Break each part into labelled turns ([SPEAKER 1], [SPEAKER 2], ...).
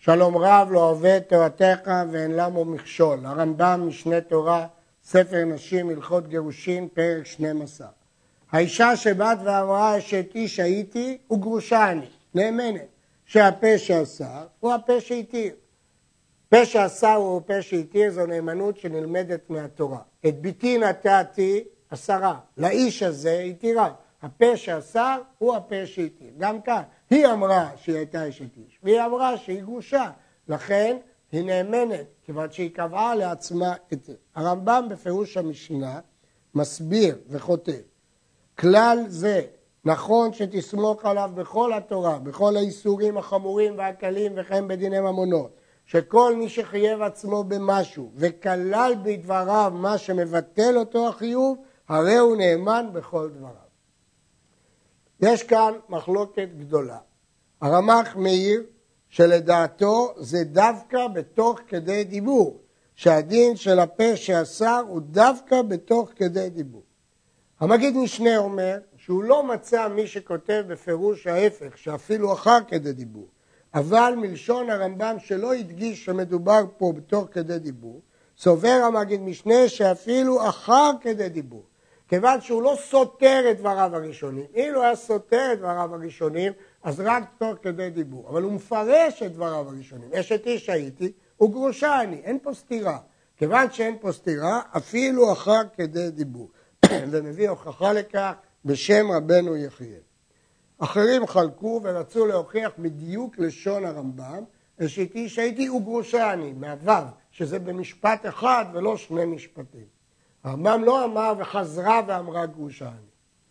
[SPEAKER 1] שלום רב לא אוהב את תורתך ואין למו מכשול. הרמב"ם משנה תורה, ספר נשים, הלכות גירושין, פרק 12. האישה שבת ואמרה אשת איש הייתי וגרושה אני, נאמנת, שהפה שאסר הוא הפה שהתיר. פה שאסר הוא הפה שהתיר, זו נאמנות שנלמדת מהתורה. את ביתי נתתי אסרה, לאיש הזה התירה. הפה שאסר הוא הפה שהתיר. גם כאן, היא אמרה שהיא הייתה אשת איש, והיא אמרה שהיא גרושה, לכן היא נאמנת, כיוון שהיא קבעה לעצמה את זה. הרמב"ם בפירוש המשנה מסביר וכותב, כלל זה נכון שתסמוך עליו בכל התורה, בכל האיסורים החמורים והקלים וכן בדיני ממונות, שכל מי שחייב עצמו במשהו וכלל בדבריו מה שמבטל אותו החיוב, הרי הוא נאמן בכל דבריו. יש כאן מחלוקת גדולה. הרמ"ח מעיר שלדעתו זה דווקא בתוך כדי דיבור, שהדין של הפה שאסר הוא דווקא בתוך כדי דיבור. המגיד משנה אומר שהוא לא מצא מי שכותב בפירוש ההפך, שאפילו אחר כדי דיבור, אבל מלשון הרמב"ם שלא הדגיש שמדובר פה בתוך כדי דיבור, סובר המגיד משנה שאפילו אחר כדי דיבור. כיוון שהוא לא סותר את דבריו הראשונים. אילו היה סותר את דבריו הראשונים, אז רק תוך כדי דיבור. אבל הוא מפרש את דבריו הראשונים. אשת איש הייתי, וגרושה אני. אין פה סתירה. כיוון שאין פה סתירה, אפילו אחר כדי דיבור. ומביא הוכחה לכך בשם רבנו יחיאל. אחרים חלקו ורצו להוכיח בדיוק לשון הרמב"ם, אשת איש הייתי וגרושה אני, מהוו, שזה במשפט אחד ולא שני משפטים. הרמב"ם לא אמר וחזרה ואמרה גרושה אני.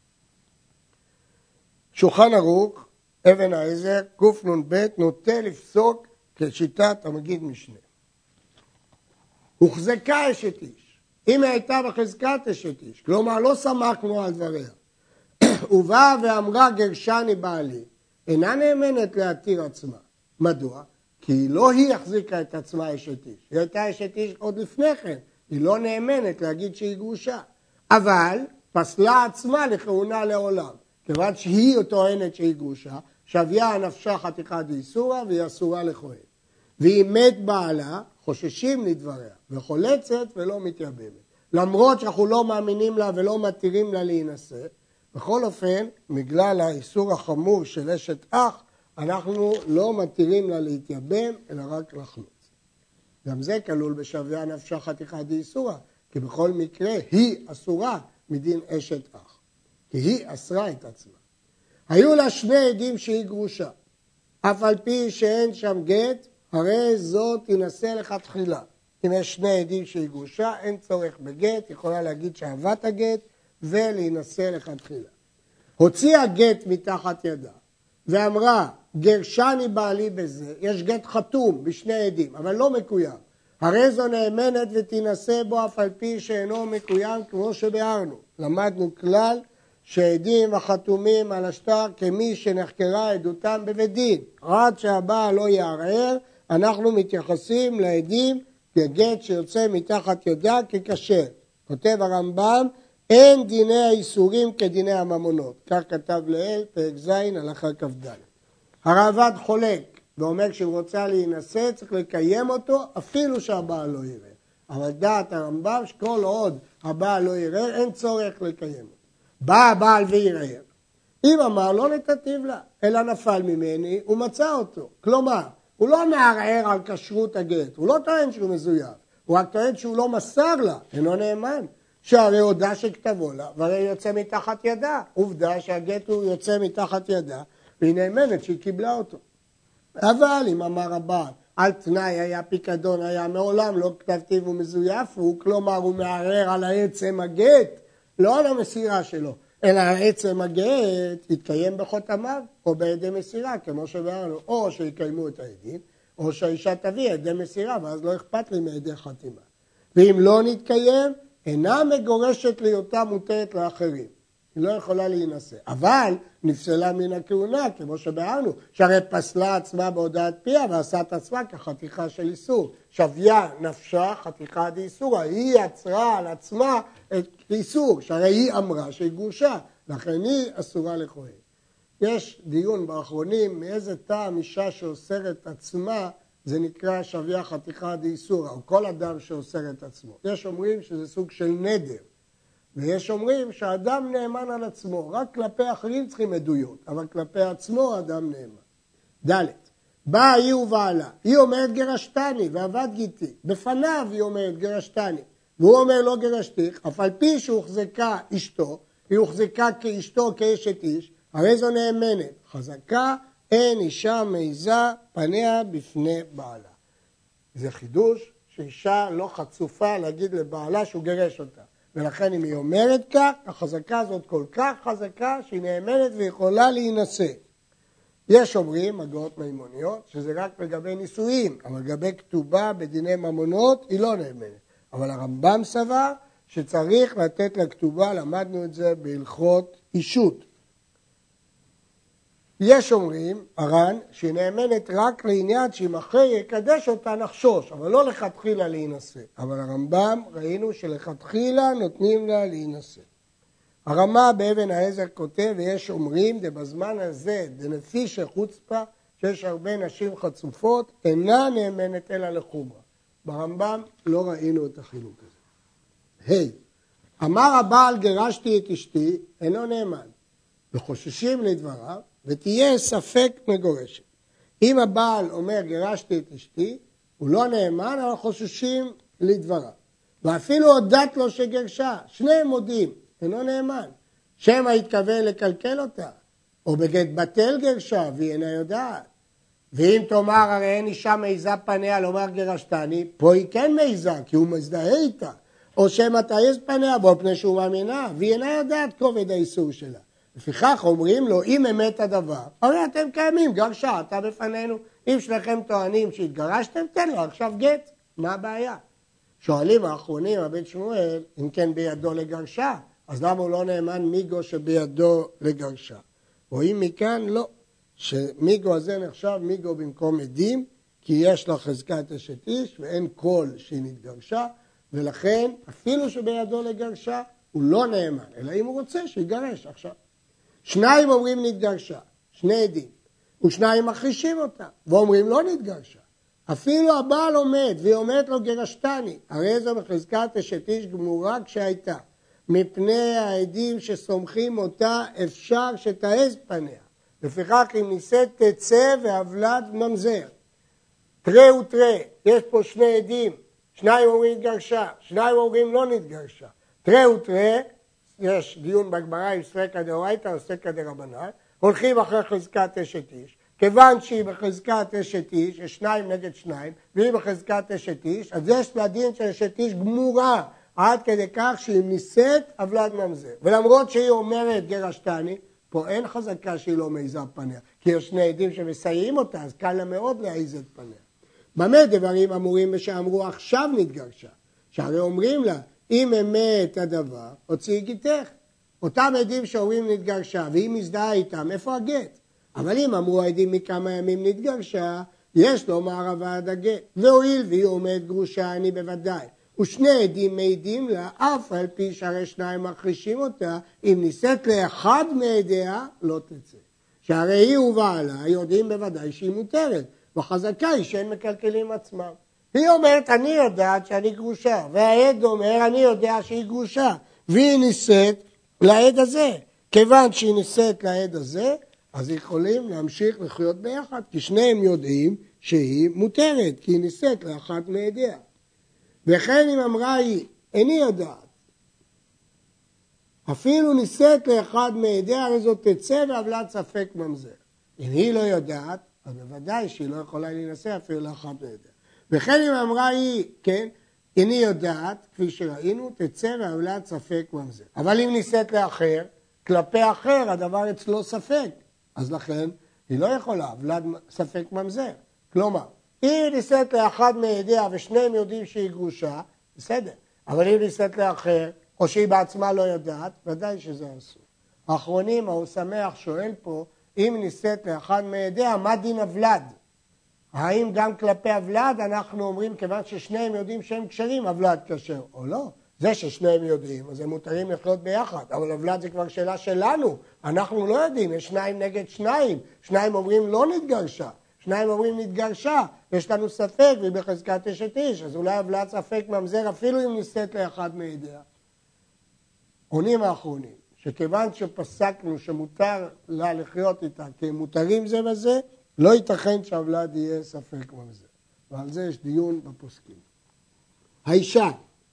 [SPEAKER 1] שולחן ערוך, אבן העזר, קנ"ב, נוטה לפסוק כשיטת המגיד משנה. הוחזקה אשת איש, אם היא הייתה בחזקת אשת איש, כלומר לא סמכנו על דבריה, ובאה ואמרה גרשני בעלי, אינה נאמנת להתיר עצמה. מדוע? כי לא היא החזיקה את עצמה אשת איש, היא הייתה אשת איש עוד לפני כן. היא לא נאמנת להגיד שהיא גרושה, אבל פסלה עצמה לכהונה לעולם, כיוון שהיא טוענת שהיא גרושה, שוויה נפשה חתיכה דאיסורא והיא אסורה לכהן. והיא מת בעלה, חוששים לדבריה, וחולצת ולא מתייבמת. למרות שאנחנו לא מאמינים לה ולא מתירים לה להינשא, בכל אופן, בגלל האיסור החמור של אשת אח, אנחנו לא מתירים לה להתייבם, אלא רק לחלוץ. גם זה כלול בשוויה נפשה חתיכה דאיסורא, כי בכל מקרה היא אסורה מדין אשת אח, כי היא אסרה את עצמה. היו לה שני עדים שהיא גרושה, אף על פי שאין שם גט, הרי זאת תינשא לכתחילה. אם יש שני עדים שהיא גרושה, אין צורך בגט, יכולה להגיד שאהבת הגט ולהינשא לכתחילה. הוציאה גט מתחת ידה ואמרה, גרשני בעלי בזה, יש גט חתום בשני עדים, אבל לא מקוים. הרי זו נאמנת ותינשא בו אף על פי שאינו מקוים כמו שביארנו. למדנו כלל שעדים החתומים על השטר כמי שנחקרה עדותם בבית דין. עד שהבעל לא יערער, אנחנו מתייחסים לעדים כגט שיוצא מתחת ידה ככשר. כותב הרמב"ם, אין דיני האיסורים כדיני הממונות. כך כתב לאל, פרק ז' הלכה כ"ד. הרעב"ד חולק ואומר שהוא רוצה להינשא, צריך לקיים אותו אפילו שהבעל לא יראה. אבל דעת הרמב"ם שכל עוד הבעל לא יראה, אין צורך לקיים אותו. בא הבעל ויראה. אם אמר לא נתתיב לה, אלא נפל ממני, הוא מצא אותו. כלומר, הוא לא מערער על כשרות הגט, הוא לא טוען שהוא מזויף, הוא רק טוען שהוא לא מסר לה, אינו נאמן. שהרי הודע שכתבו לה, והרי יוצא מתחת ידה. עובדה שהגט הוא יוצא מתחת ידה, והיא נאמנת שהיא קיבלה אותו. אבל אם אמר הבעל, על תנאי היה פיקדון, היה מעולם לא כתבתי והוא מזויף, הוא כלומר הוא מערער על העצם הגט, לא על המסירה שלו, אלא העצם הגט יתקיים בחותמיו או בעדי מסירה, כמו שבארנו, או שיקיימו את העדים, או שהאישה תביא עדי מסירה, ואז לא אכפת לי מעדי חתימה. ואם לא נתקיים, אינה מגורשת להיותה מותרת לאחרים. היא לא יכולה להינשא. אבל נפסלה מן הכהונה, כמו שבארנו, שהרי פסלה עצמה בהודעת פיה ועשה את עצמה כחתיכה של איסור. שוויה נפשה חתיכה דאיסורא. היא יצרה על עצמה את איסור, שהרי היא אמרה שהיא גרושה, לכן היא אסורה לכהן. יש דיון באחרונים מאיזה טעם אישה שאוסרת עצמה זה נקרא שוויה חתיכה דאיסורא, או כל אדם שאוסר את עצמו. יש אומרים שזה סוג של נדר, ויש אומרים שהאדם נאמן על עצמו, רק כלפי אחרים צריכים עדויות, אבל כלפי עצמו האדם נאמן. ד' באה היא ובעלה, היא אומרת גרשתני ועבד גיתי, בפניו היא אומרת גרשתני, והוא אומר לא גרשתיך, אף על פי שהוחזקה אשתו, היא הוחזקה כאשתו כאשת איש, הרי זו נאמנת, חזקה, אין אישה מעיזה פניה בפני בעלה. זה חידוש שאישה לא חצופה להגיד לבעלה שהוא גרש אותה. ולכן אם היא אומרת כך, החזקה הזאת כל כך חזקה שהיא נאמנת ויכולה להינשא. יש אומרים, הגאות מימוניות, שזה רק לגבי נישואים, אבל לגבי כתובה בדיני ממונות היא לא נאמנת. אבל הרמב"ם סבר שצריך לתת לכתובה, למדנו את זה בהלכות אישות. יש אומרים, הר"ן, שהיא נאמנת רק לעניין שאם אחרי יקדש אותה נחשוש, אבל לא לכתחילה להינשא. אבל הרמב"ם ראינו שלכתחילה נותנים לה להינשא. הרמ"א באבן העזר כותב, ויש אומרים, בזמן הזה, דנפישי חוצפה, שיש הרבה נשים חצופות, אינה נאמנת אלא לחומרה. ברמב"ם לא ראינו את החילוק הזה. אמר הבעל גרשתי את אשתי, אינו נאמן, וחוששים לדבריו, ותהיה ספק מגורשת. אם הבעל אומר גרשתי את אשתי, הוא לא נאמן, אבל חוששים לדבריו. ואפילו הודת לו שגרשה, שניהם מודים, אינו נאמן. שמא התכוון לקלקל אותה, או בגט בטל גרשה, והיא אינה יודעת. ואם תאמר הרי אין אישה מעיזה פניה לומר גרשתני, פה היא כן מעיזה, כי הוא מזדהה איתה. או שמא תעיז פניה בו פני שהוא מאמינה, והיא אינה יודעת כובד האיסור שלה. לפיכך אומרים לו, אם אמת הדבר, הרי אתם קיימים, גרשה, אתה בפנינו. אם שלכם טוענים שהתגרשתם, תן לו עכשיו גט, מה הבעיה? שואלים האחרונים, הבן שמואל, אם כן בידו לגרשה, אז למה הוא לא נאמן מיגו שבידו לגרשה? רואים מכאן, לא, שמיגו הזה נחשב מיגו במקום עדים, כי יש לה חזקת אשת איש ואין קול שהיא נתגרשה, ולכן אפילו שבידו לגרשה, הוא לא נאמן, אלא אם הוא רוצה שיגרש עכשיו. שניים אומרים נתגרשה, שני עדים, ושניים מכחישים אותה, ואומרים לא נתגרשה. אפילו הבעל עומד, והיא אומרת לו גרשתני, הרי זו בחזקת אשת איש גמורה כשהייתה. מפני העדים שסומכים אותה אפשר שתעז פניה. לפיכך אם נישאת תצא והבלד ממזר. תראה ותראה, יש פה שני עדים, שניים אומרים נתגרשה, שניים אומרים לא נתגרשה. תראה ותראה, יש דיון בגמרא עם ספקא דאורייתא או ספקא דרבנן, הולכים אחרי חזקת אשת איש. כיוון שהיא בחזקת אשת איש, יש שניים נגד שניים, והיא בחזקת אשת איש, אז יש לה דין של אשת איש גמורה, עד כדי כך שהיא נישאת הבלד ממזר. ולמרות שהיא אומרת גרשתני, פה אין חזקה שהיא לא מעיזה פניה, כי יש שני עדים שמסייעים אותה, אז קל לה מאוד להעיז את פניה. במה דברים אמורים ושאמרו עכשיו נתגרשה? שהרי אומרים לה, אם אמת הדבר, הוציאי גיתך. אותם עדים שאומרים נתגרשה, והיא מזדהה איתם, איפה הגט? אבל אם אמרו העדים מכמה ימים נתגרשה, יש לו מערבה עד הגט. והואיל והיא עומדת גרושה, אני בוודאי. ושני עדים מעידים לה, אף על פי שהרי שניים מכחישים אותה, אם נישאת לאחד מעדיה, לא תצא. שהרי היא ובעלה יודעים בוודאי שהיא מותרת, וחזקה היא שאין מקלקלים עצמם. היא אומרת, אני יודעת שאני גרושה, והעד אומר, אני יודע שהיא גרושה, והיא נישאת לעד הזה. כיוון שהיא נישאת לעד הזה, אז יכולים להמשיך לחיות ביחד, כי שניהם יודעים שהיא מותרת, כי היא נישאת לאחת מעדיה. וכן אם אמרה היא, איני יודעת, אפילו נישאת לאחד מעדיה, הרי זאת תצא והבלד ספק ממזר. אם היא לא יודעת, אז בוודאי שהיא לא יכולה להינשא אפילו לאחת מעדיה. וכן אם אמרה היא, כן, איני יודעת, כפי שראינו, תצא והבלד ספק ממזר. אבל אם נישאת לאחר, כלפי אחר הדבר אצלו ספק, אז לכן היא לא יכולה, הבלד ספק ממזר. כלומר, אם נישאת לאחד מעדיה ושניהם יודעים שהיא גרושה, בסדר. אבל אם נישאת לאחר, או שהיא בעצמה לא יודעת, ודאי שזה אסור. האחרונים, הוא שמח, שואל פה, אם נישאת לאחד מעדיה, מה דין הבלד? האם גם כלפי הבלד אנחנו אומרים, כיוון ששניהם יודעים שהם כשרים, הבלד כשר, או לא? זה ששניהם יודעים, אז הם מותרים לחיות ביחד, אבל הבלד זה כבר שאלה שלנו, אנחנו לא יודעים, יש שניים נגד שניים, שניים אומרים לא נתגרשה, שניים אומרים נתגרשה, יש לנו ספק והיא בחזקת אשת איש, אז אולי הבלעת ספק ממזר אפילו אם נישאת לאחד מעדיה. עונים האחרונים, שכיוון שפסקנו שמותר לה לחיות איתה כי הם מותרים זה בזה, לא ייתכן שהבלעת יהיה ספק ממזר. ועל זה יש דיון בפוסקים. האישה,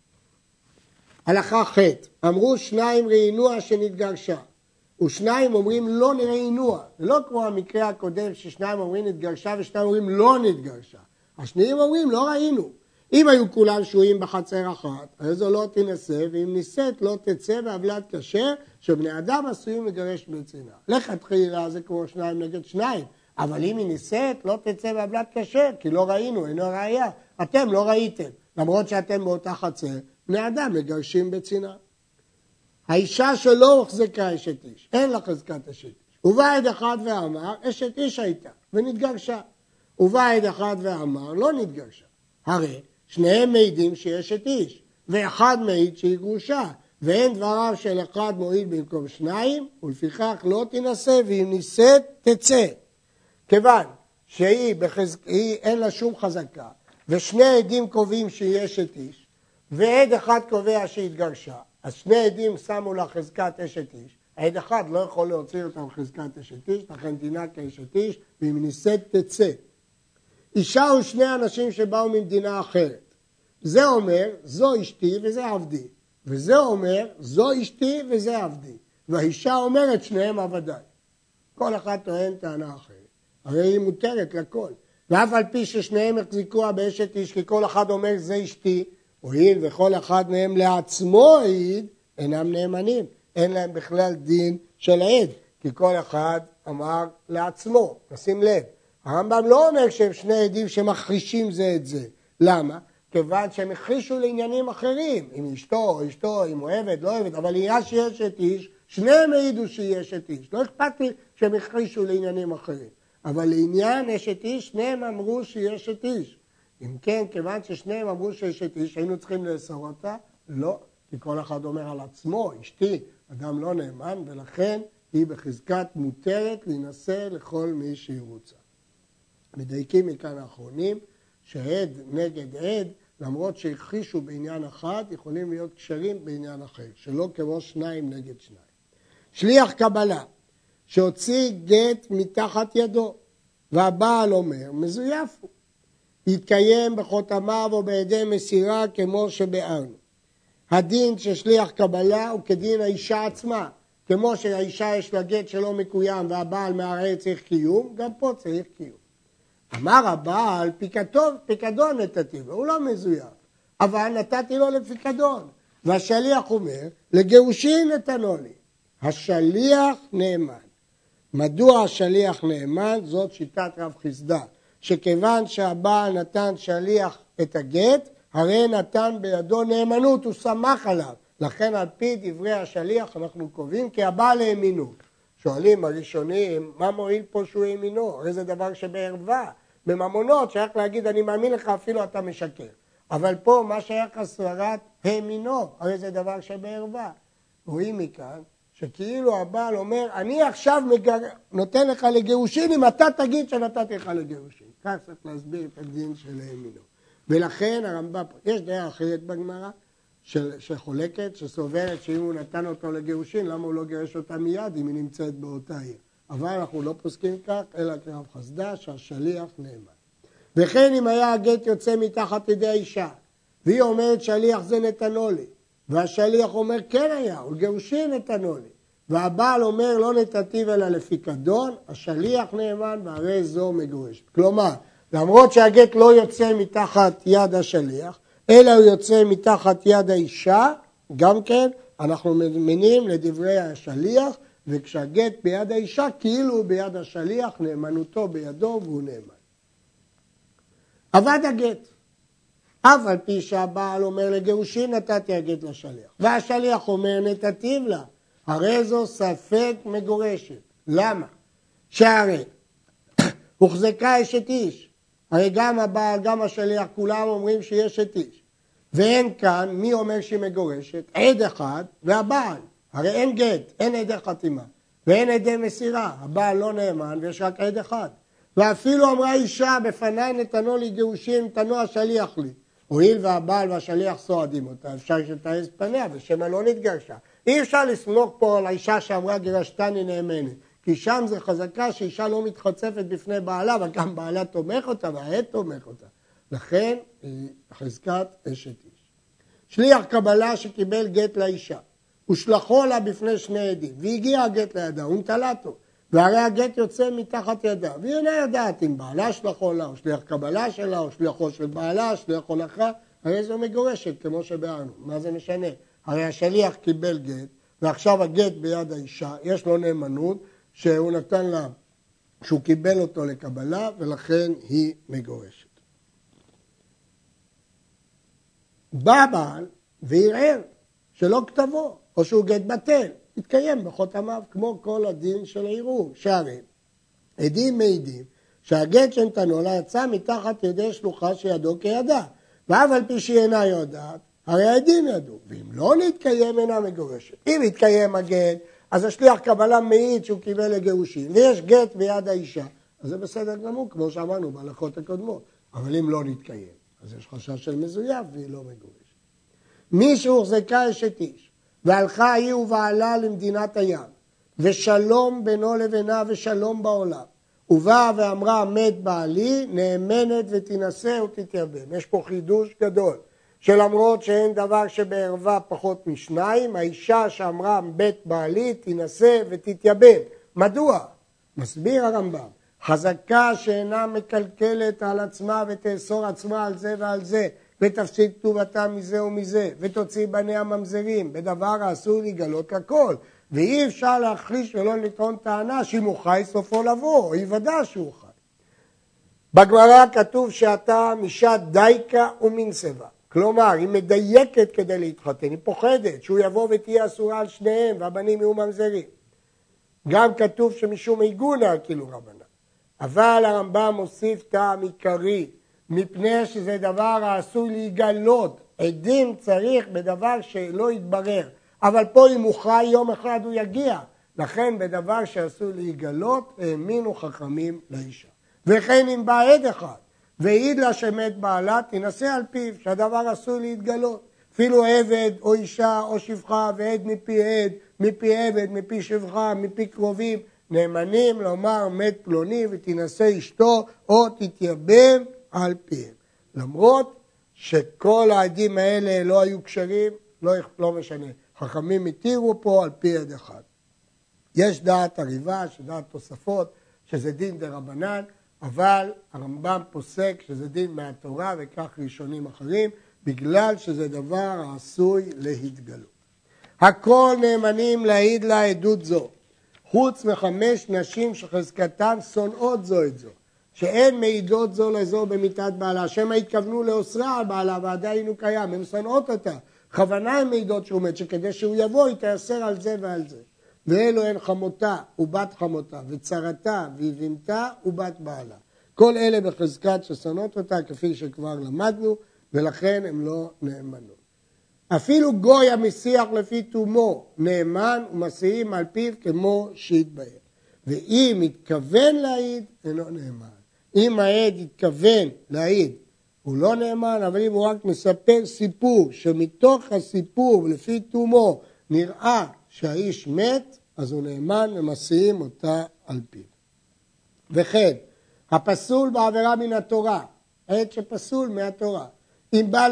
[SPEAKER 1] הלכה ח' אמרו שניים ראינוה שנתגרשה, ושניים אומרים לא ראינוה. זה לא כמו המקרה הקודם ששניים אומרים נתגרשה ושניים אומרים לא נתגרשה. השניים אומרים לא ראינו. אם היו כולם שוהים בחצר אחת, אז זו לא תנסה, ואם נישאת לא תצא בהבלעת כשר, שבני אדם עשויים לגרש בצנעה. לכתחילה זה כמו שניים נגד שניים, אבל אם היא נישאת לא תצא בהבלעת כשר, כי לא ראינו, אינו ראייה. אתם לא ראיתם, למרות שאתם באותה חצר, בני אדם מגרשים בצנעה. האישה שלא הוחזקה אשת איש, אין לה חזקת אשת איש. ובא עד אחד ואמר, אשת איש הייתה, ונתגרשה. ובא עד אחד ואמר, לא נתגרשה. הרי שניהם מעידים שהיא אשת איש, ואחד מעיד שהיא גרושה, ואין דבריו של אחד מועיל במקום שניים, ולפיכך לא תנסה, ואם נישאת תצא. כיוון שהיא אין לה שום חזקה, ושני עדים קובעים שהיא אשת איש, ועד אחד קובע שהיא התגרשה, אז שני עדים שמו לה חזקת אשת איש, העד אחד לא יכול להוציא אותם חזקת אשת איש, לכן דינה כאשת איש, ואם נישאת תצא. אישה ושני אנשים שבאו ממדינה אחרת. זה אומר, זו אשתי וזה עבדי. וזה אומר, זו אשתי וזה עבדי. והאישה אומרת שניהם עבדיי. כל אחד טוען טענה אחרת. הרי היא מותרת לכל. ואף על פי ששניהם החזיקוה באשת איש, כי כל אחד אומר זה אשתי, הואיל וכל אחד מהם לעצמו העיד, אינם נאמנים. אין להם בכלל דין של העד, כי כל אחד אמר לעצמו. נשים לב. הרמב"ם לא אומר שהם שני עדים שמחרישים זה את זה. למה? כיוון שהם החרישו לעניינים אחרים. אם אשתו או אשתו, אם אוהבת, לא אוהבת, אבל היא שיש את איש, שניהם העידו שהיא אשת איש. לא אכפת לי שהם החרישו לעניינים אחרים. אבל לעניין אשת איש, שניהם אמרו שהיא אשת איש. אם כן, כיוון ששניהם אמרו שהיא אשת איש, היינו צריכים לאסור אותה? לא. כי כל אחד אומר על עצמו, אשתי, אדם לא נאמן, ולכן היא בחזקת מותרת להינשא לכל מי שהיא רוצה. מדייקים מכאן האחרונים שעד נגד עד, למרות שהכחישו בעניין אחד, יכולים להיות קשרים בעניין אחר, שלא כמו שניים נגד שניים. שליח קבלה, שהוציא גט מתחת ידו, והבעל אומר, מזויף הוא. יתקיים בחותמיו או בידי מסירה כמו שבארנו. הדין של שליח קבלה הוא כדין האישה עצמה, כמו שהאישה יש לה גט שלא מקוים והבעל מערער צריך קיום, גם פה צריך קיום. אמר הבעל, פיקדון נתתי לו, הוא לא מזויף, אבל נתתי לו לפיקדון. והשליח אומר, לגירושין נתנו לי. השליח נאמן. מדוע השליח נאמן? זאת שיטת רב חסדא, שכיוון שהבעל נתן שליח את הגט, הרי נתן בידו נאמנות, הוא שמח עליו. לכן על פי דברי השליח אנחנו קובעים כי הבעל האמינו. שואלים הראשונים, מה מועיל פה שהוא האמינו? הרי זה דבר שבערווה. בממונות שייך להגיד, אני מאמין לך אפילו אתה משקר. אבל פה מה שייך הסברת האמינו, הרי זה דבר שבערווה. רואים מכאן שכאילו הבעל אומר, אני עכשיו נותן לך לגירושין אם אתה תגיד שנתתי לך לגירושין. כך צריך להסביר את הדין של האמינו. ולכן הרמב"ם, יש דעה אחרת בגמרא שחולקת, שסוברת שאם הוא נתן אותו לגירושין, למה הוא לא גירש אותה מיד אם היא נמצאת באותה עיר. אבל אנחנו לא פוסקים כך, אלא כרב חסדא שהשליח נאמן. וכן אם היה הגט יוצא מתחת ידי האישה, והיא אומרת שליח זה נתנו לי, והשליח אומר כן היה, ולגירושין נתנו לי, והבעל אומר לא נתתיו אלא לפיקדון, השליח נאמן והרי זו מגורשת. כלומר, למרות שהגט לא יוצא מתחת יד השליח, אלא הוא יוצא מתחת יד האישה, גם כן אנחנו מבינים לדברי השליח, וכשהגט ביד האישה כאילו הוא ביד השליח, נאמנותו בידו והוא נאמן. עבד הגט, אף על פי שהבעל אומר לגירושין נתתי הגט לשליח, והשליח אומר נתתיו לה, הרי זו ספק מגורשת. למה? שהרי הוחזקה אשת איש, הרי גם הבעל, גם השליח, כולם אומרים שהיא אשת איש. ואין כאן, מי אומר שהיא מגורשת? עד אחד והבעל. הרי אין גט, אין עדי חתימה, ואין עדי מסירה. הבעל לא נאמן ויש רק עד אחד. ואפילו אמרה אישה, בפניי נתנו לי גירושים, נתנו השליח לי. הואיל והבעל והשליח סועדים אותה, אפשר שתעז פניה ושמה לא נתגרשה. אי אפשר לסמוך פה על האישה שאמרה גירשתני נאמנת, כי שם זה חזקה שאישה לא מתחצפת בפני בעלה, וגם בעלה תומך אותה והעד תומך אותה. לכן היא חזקת אשת איש. שליח קבלה שקיבל גט לאישה, ושלחו לה בפני שני עדים, והגיע הגט לידה, הוא נטלתו, והרי הגט יוצא מתחת ידה, והיא אינה יודעת אם בעלה שלחו לה, או שליח קבלה שלה, או שליחו של בעלה, שליח הולכה, הרי זו מגורשת, כמו שבאנו. מה זה משנה? הרי השליח קיבל גט, ועכשיו הגט ביד האישה, יש לו נאמנות, שהוא נתן לה, שהוא קיבל אותו לקבלה, ולכן היא מגורשת. בא בעל וערער שלא כתבו, או שהוא גט בטל, התקיים בחותמיו, כמו כל הדין של הערעור, שהרי עדים מעידים שהגט שנתנו לה יצא מתחת ידי שלוחה שידו כידה, ואף על פי שהיא אינה יודעת, הרי העדים ידעו, ואם לא נתקיים אינה מגורשת. אם יתקיים הגט, אז השליח קבלה מעיד שהוא קיבל לגירושים, ויש גט ביד האישה, אז זה בסדר גמור, כמו שאמרנו בהלכות הקודמות, אבל אם לא נתקיים, אז יש חשש של מזויף והיא לא מגורשת. מי שהוחזקה אשת איש, והלכה היא ובעלה למדינת הים, ושלום בינו לבינה ושלום בעולם, ובאה ואמרה מת בעלי, נאמנת ותינשא ותתייבם. יש פה חידוש גדול, שלמרות שאין דבר שבערווה פחות משניים, האישה שאמרה מת בעלי תינשא ותתייבם. מדוע? מסביר הרמב"ם, חזקה שאינה מקלקלת על עצמה ותאסור עצמה על זה ועל זה, ותפסיד כתובתה מזה ומזה, ותוציא בניה ממזרים, בדבר האסור לגלות לכל. ואי אפשר להחליש ולא לטעון טענה שאם הוא חי סופו לבוא, או יוודע שהוא חי. בגמרא כתוב שאתה משת דייקה ומנסבה. כלומר, היא מדייקת כדי להתחתן, היא פוחדת שהוא יבוא ותהיה אסורה על שניהם, והבנים יהיו ממזרים. גם כתוב שמשום עיגונה כאילו רבנן. אבל הרמב"ם מוסיף טעם עיקרי, מפני שזה דבר העשוי להיגלות. עדים צריך בדבר שלא יתברר. אבל פה אם הוא חי יום אחד הוא יגיע. לכן בדבר שעשוי להיגלות האמינו חכמים לאישה. וכן אם בא עד אחד והעיד לה שמת בעלה תינשא על פיו שהדבר עשוי להתגלות. אפילו עבד או אישה או שפחה ועד מפי עד, מפי עבד, מפי שפחה, מפי קרובים נאמנים לומר מת פלוני ותינשא אשתו או תתייבם על פיהם. למרות שכל העדים האלה לא היו קשרים, לא משנה. חכמים התירו פה על פי עד אחד. יש דעת הריבה, שדעת תוספות, שזה דין דרבנן, אבל הרמב"ם פוסק שזה דין מהתורה וכך ראשונים אחרים, בגלל שזה דבר העשוי להתגלות. הכל נאמנים להעיד לה עדות זו, חוץ מחמש נשים שחזקתן שונאות זו את זו, שאין מעידות זו לזו במיתת בעלה, שמא התכוונו לאוסרה על בעלה ועדיין הוא קיים, הם שונאות אותה. בכוונה הן מעידות שהוא מת, שכדי שהוא יבוא היא תיאסר על זה ועל זה. ואלו הן חמותה ובת חמותה וצרתה ויבימתה ובת בעלה. כל אלה בחזקת ששונאות אותה כפי שכבר למדנו, ולכן הם לא נאמנות. אפילו גוי המסיח לפי תומו נאמן ומסיעים על פיו כמו שהתבהר. ואם התכוון להעיד, אינו נאמן. אם העד התכוון להעיד, הוא לא נאמן, אבל אם הוא רק מספר סיפור, שמתוך הסיפור לפי תומו נראה שהאיש מת, אז הוא נאמן ומסיעים אותה על פיו. וכן, הפסול בעבירה מן התורה, עד שפסול מהתורה. אם בא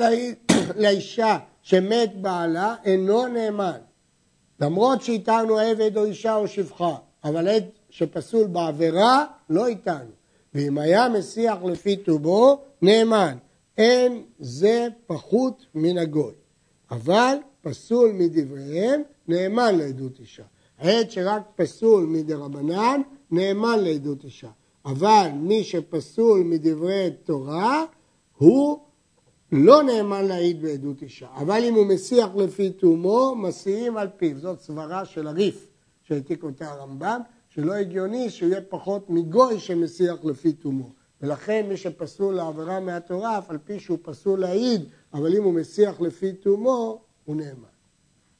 [SPEAKER 1] לאישה שמת בעלה, אינו נאמן. למרות שאיתנו עבד או אישה או שפחה, אבל עד שפסול בעבירה, לא איתנו. ואם היה מסיח לפי תומו, נאמן. אין זה פחות מן הגוי. אבל פסול מדבריהם, נאמן לעדות אישה. עד שרק פסול מדרבנן, נאמן לעדות אישה. אבל מי שפסול מדברי תורה, הוא לא נאמן להעיד בעדות אישה. אבל אם הוא מסיח לפי תומו, מסיעים על פיו. זאת סברה של הריף שהעתיק אותה הרמב"ם, שלא הגיוני שהוא יהיה פחות מגוי שמסיח לפי תומו. ולכן מי שפסול לעבירה מהתורה, אף על פי שהוא פסול להעיד, אבל אם הוא מסיח לפי תומו, הוא נאמן.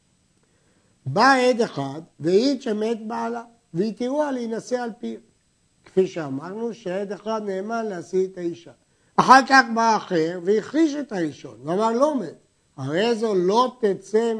[SPEAKER 1] בא עד אחד והעיד שמת בעלה, והתירוה להינשא על פיו. כפי שאמרנו, שעד אחד נאמן להשיא את האישה. אחר כך בא אחר והכחיש את הראשון, ואמר לא מת. הרי זו לא תצא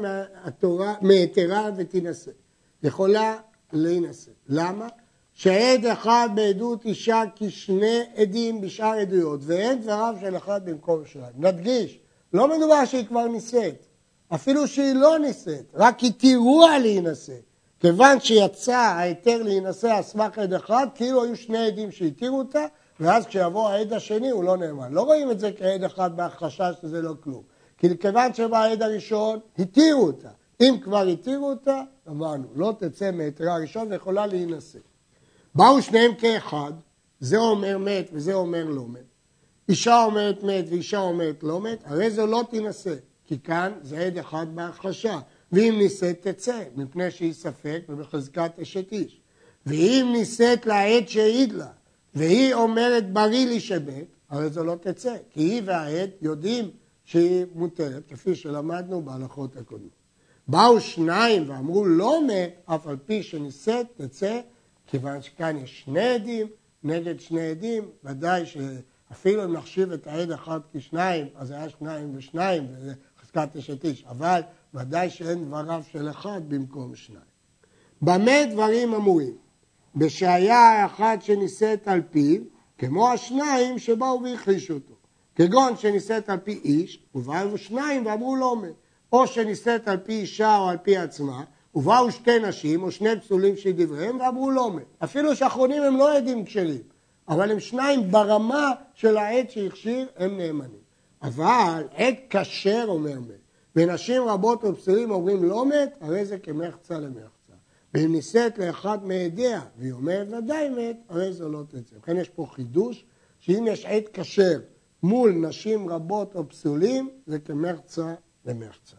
[SPEAKER 1] מהתרה ותינשא. יכולה להינשא. למה? שעד אחד בעדות אישה כשני עדים בשאר עדויות, ואין דבריו של אחד במקום שניים. נדגיש, לא מדובר שהיא כבר נישאת, אפילו שהיא לא נישאת, רק התירוה להינשא. כיוון שיצא ההיתר להינשא על סמך עד אחד, כאילו היו שני עדים שהתירו אותה, ואז כשיבוא העד השני הוא לא נאמן. לא רואים את זה כעד אחד בהכחשה שזה לא כלום. כי כיוון שבעד הראשון התירו אותה. אם כבר התירו אותה, אמרנו, לא תצא מהיתרה הראשון ויכולה להינשא. באו שניהם כאחד, זה אומר מת וזה אומר לא מת. אישה אומרת מת ואישה אומרת לא מת, הרי זו לא תינשא, כי כאן זה עד אחד בהכחשה. ואם נישאת תצא, מפני שהיא ספק ובחזקת אשת איש. ואם נישאת לעד שהעיד לה, והיא אומרת בריא לי שמת, הרי זו לא תצא, כי היא והעד יודעים שהיא מותרת, כפי שלמדנו בהלכות הקודמות. באו שניים ואמרו לא מת, אף על פי שנישאת תצא, כיוון שכאן יש שני עדים נגד שני עדים, ודאי שאפילו אם נחשיב את העד אחד כשניים, אז זה היה שניים ושניים, וזה חזקת אשת איש, אבל ודאי שאין דבריו של אחד במקום שניים. במה דברים אמורים? בשהיה האחד שנישאת על פיו, כמו השניים שבאו והכחישו אותו. כגון שנישאת על פי איש, ובאו שניים ואמרו לא מת. או שנישאת על פי אישה או על פי עצמה, ובאו שתי נשים או שני פסולים שדבריהם ואמרו לא מת. אפילו שאחרונים הם לא עדים כשרים, אבל הם שניים ברמה של העד שהכשיר, הם נאמנים. אבל עד כשר אומר מת, ונשים רבות או פסולים אומרים לא מת, הרי זה כמחצה למחצה. ואם נישאת לאחד מעדיה, והיא אומרת ודאי מת, הרי זו לא תצא. לכן יש פה חידוש, שאם יש עד כשר מול נשים רבות או פסולים, זה כמחצה למחצה.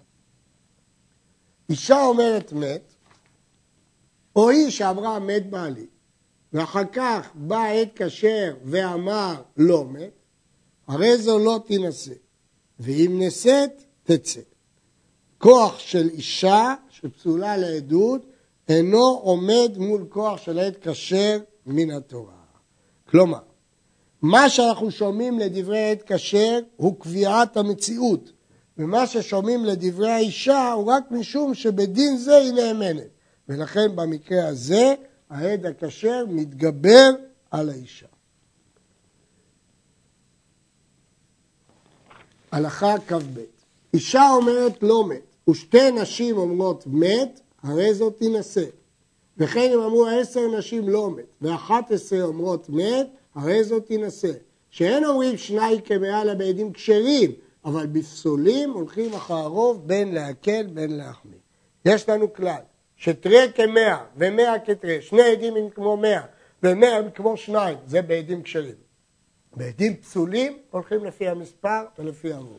[SPEAKER 1] אישה אומרת מת, או היא שאמרה מת בעלי, ואחר כך בא עד כשר ואמר לא מת, הרי זו לא תינשא, ואם נישאת תצא. כוח של אישה שפסולה לעדות אינו עומד מול כוח של עד כשר מן התורה. כלומר, מה שאנחנו שומעים לדברי עד כשר הוא קביעת המציאות, ומה ששומעים לדברי האישה הוא רק משום שבדין זה היא נאמנת. ולכן במקרה הזה העד הכשר מתגבר על האישה. הלכה כ"ב. אישה אומרת לא מת, ושתי נשים אומרות מת, הרי זאת תינשא. וכן אם אמרו 10 נשים לא מת, ו11 אומרות מת, הרי זאת תינשא. שאין אומרים שניים כמעלה בעדים כשרים, אבל בפסולים הולכים אחר הרוב בין להקל בין להחמיר. יש לנו כלל, שתראה כ100 ו100 כתראה, שני עדים הם כמו 100 ו100 הם כמו 2, זה בעדים כשרים. בעדים פסולים הולכים לפי המספר ולפי הרוב.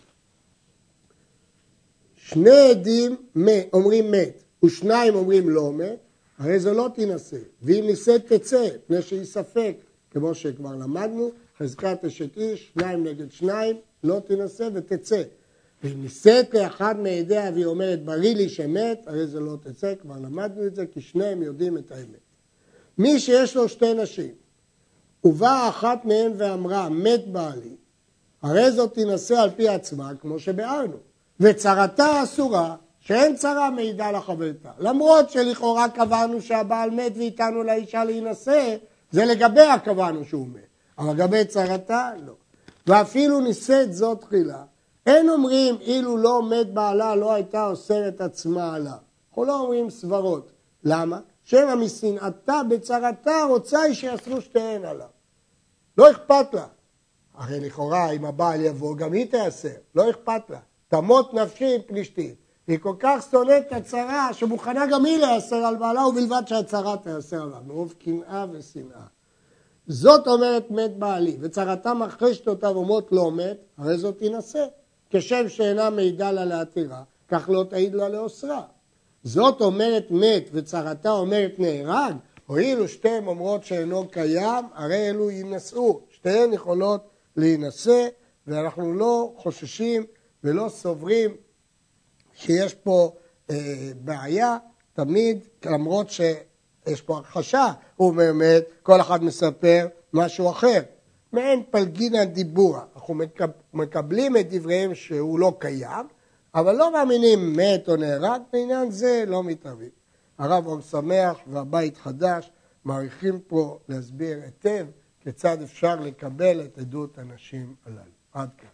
[SPEAKER 1] שני עדים אומרים מת ושניים אומרים לא מת, הרי זו לא תינשא. ואם נישאת תצא, פני שהיא ספק, כמו שכבר למדנו, חזקת אשת איש, 2 נגד 2, לא תינשא ותצא. ואם נישאת לאחד מעדיה והיא אומרת בריא לי שמת, הרי זה לא תצא, כבר למדנו את זה, כי שניהם יודעים את האמת. מי שיש לו שתי נשים, ובאה אחת מהן ואמרה מת בעלי, הרי זאת תינשא על פי עצמה, כמו שבארנו. וצרתה אסורה, שאין צרה מעידה לחברתה. למרות שלכאורה קבענו שהבעל מת ואיתנו לאישה להינשא, זה לגביה קבענו שהוא מת. אבל לגבי צרתה, לא. ואפילו נישאת זאת תחילה. אין אומרים, אילו לא מת בעלה, לא הייתה אוסרת עצמה עליו. אנחנו לא אומרים סברות. למה? שמא משנאתה בצרתה רוצה שיעשו שתיהן עליו. לא אכפת לה. הרי לכאורה, אם הבעל יבוא, גם היא תיאסר. לא אכפת לה. תמות נפשי עם פלישתים. היא כל כך שונאת את הצרה, שמוכנה גם היא להיאסר על בעלה, ובלבד שהצרה תיאסר עליו. מרוב קנאה ושנאה. זאת אומרת מת בעלי, וצרתה מכחשת אותה ואומרת לא מת, הרי זאת תינשא. כשם שאינה מעידה לה להתירה, כך לא תעיד לה לאוסרה. זאת אומרת מת וצרתה אומרת נהרג, הואילו שתיהן אומרות שאינו קיים, הרי אלו יינשאו. שתיהן יכולות להינשא, ואנחנו לא חוששים ולא סוברים שיש פה בעיה, תמיד למרות יש פה הכחשה, הוא באמת, כל אחד מספר משהו אחר. מעין פלגינא דיבורא, אנחנו מקבלים את דבריהם שהוא לא קיים, אבל לא מאמינים מת או נהרג, בעניין זה לא מתערבים. הרב עם שמח והבית חדש מעריכים פה להסביר היטב כיצד אפשר לקבל את עדות הנשים הללו. עד כאן.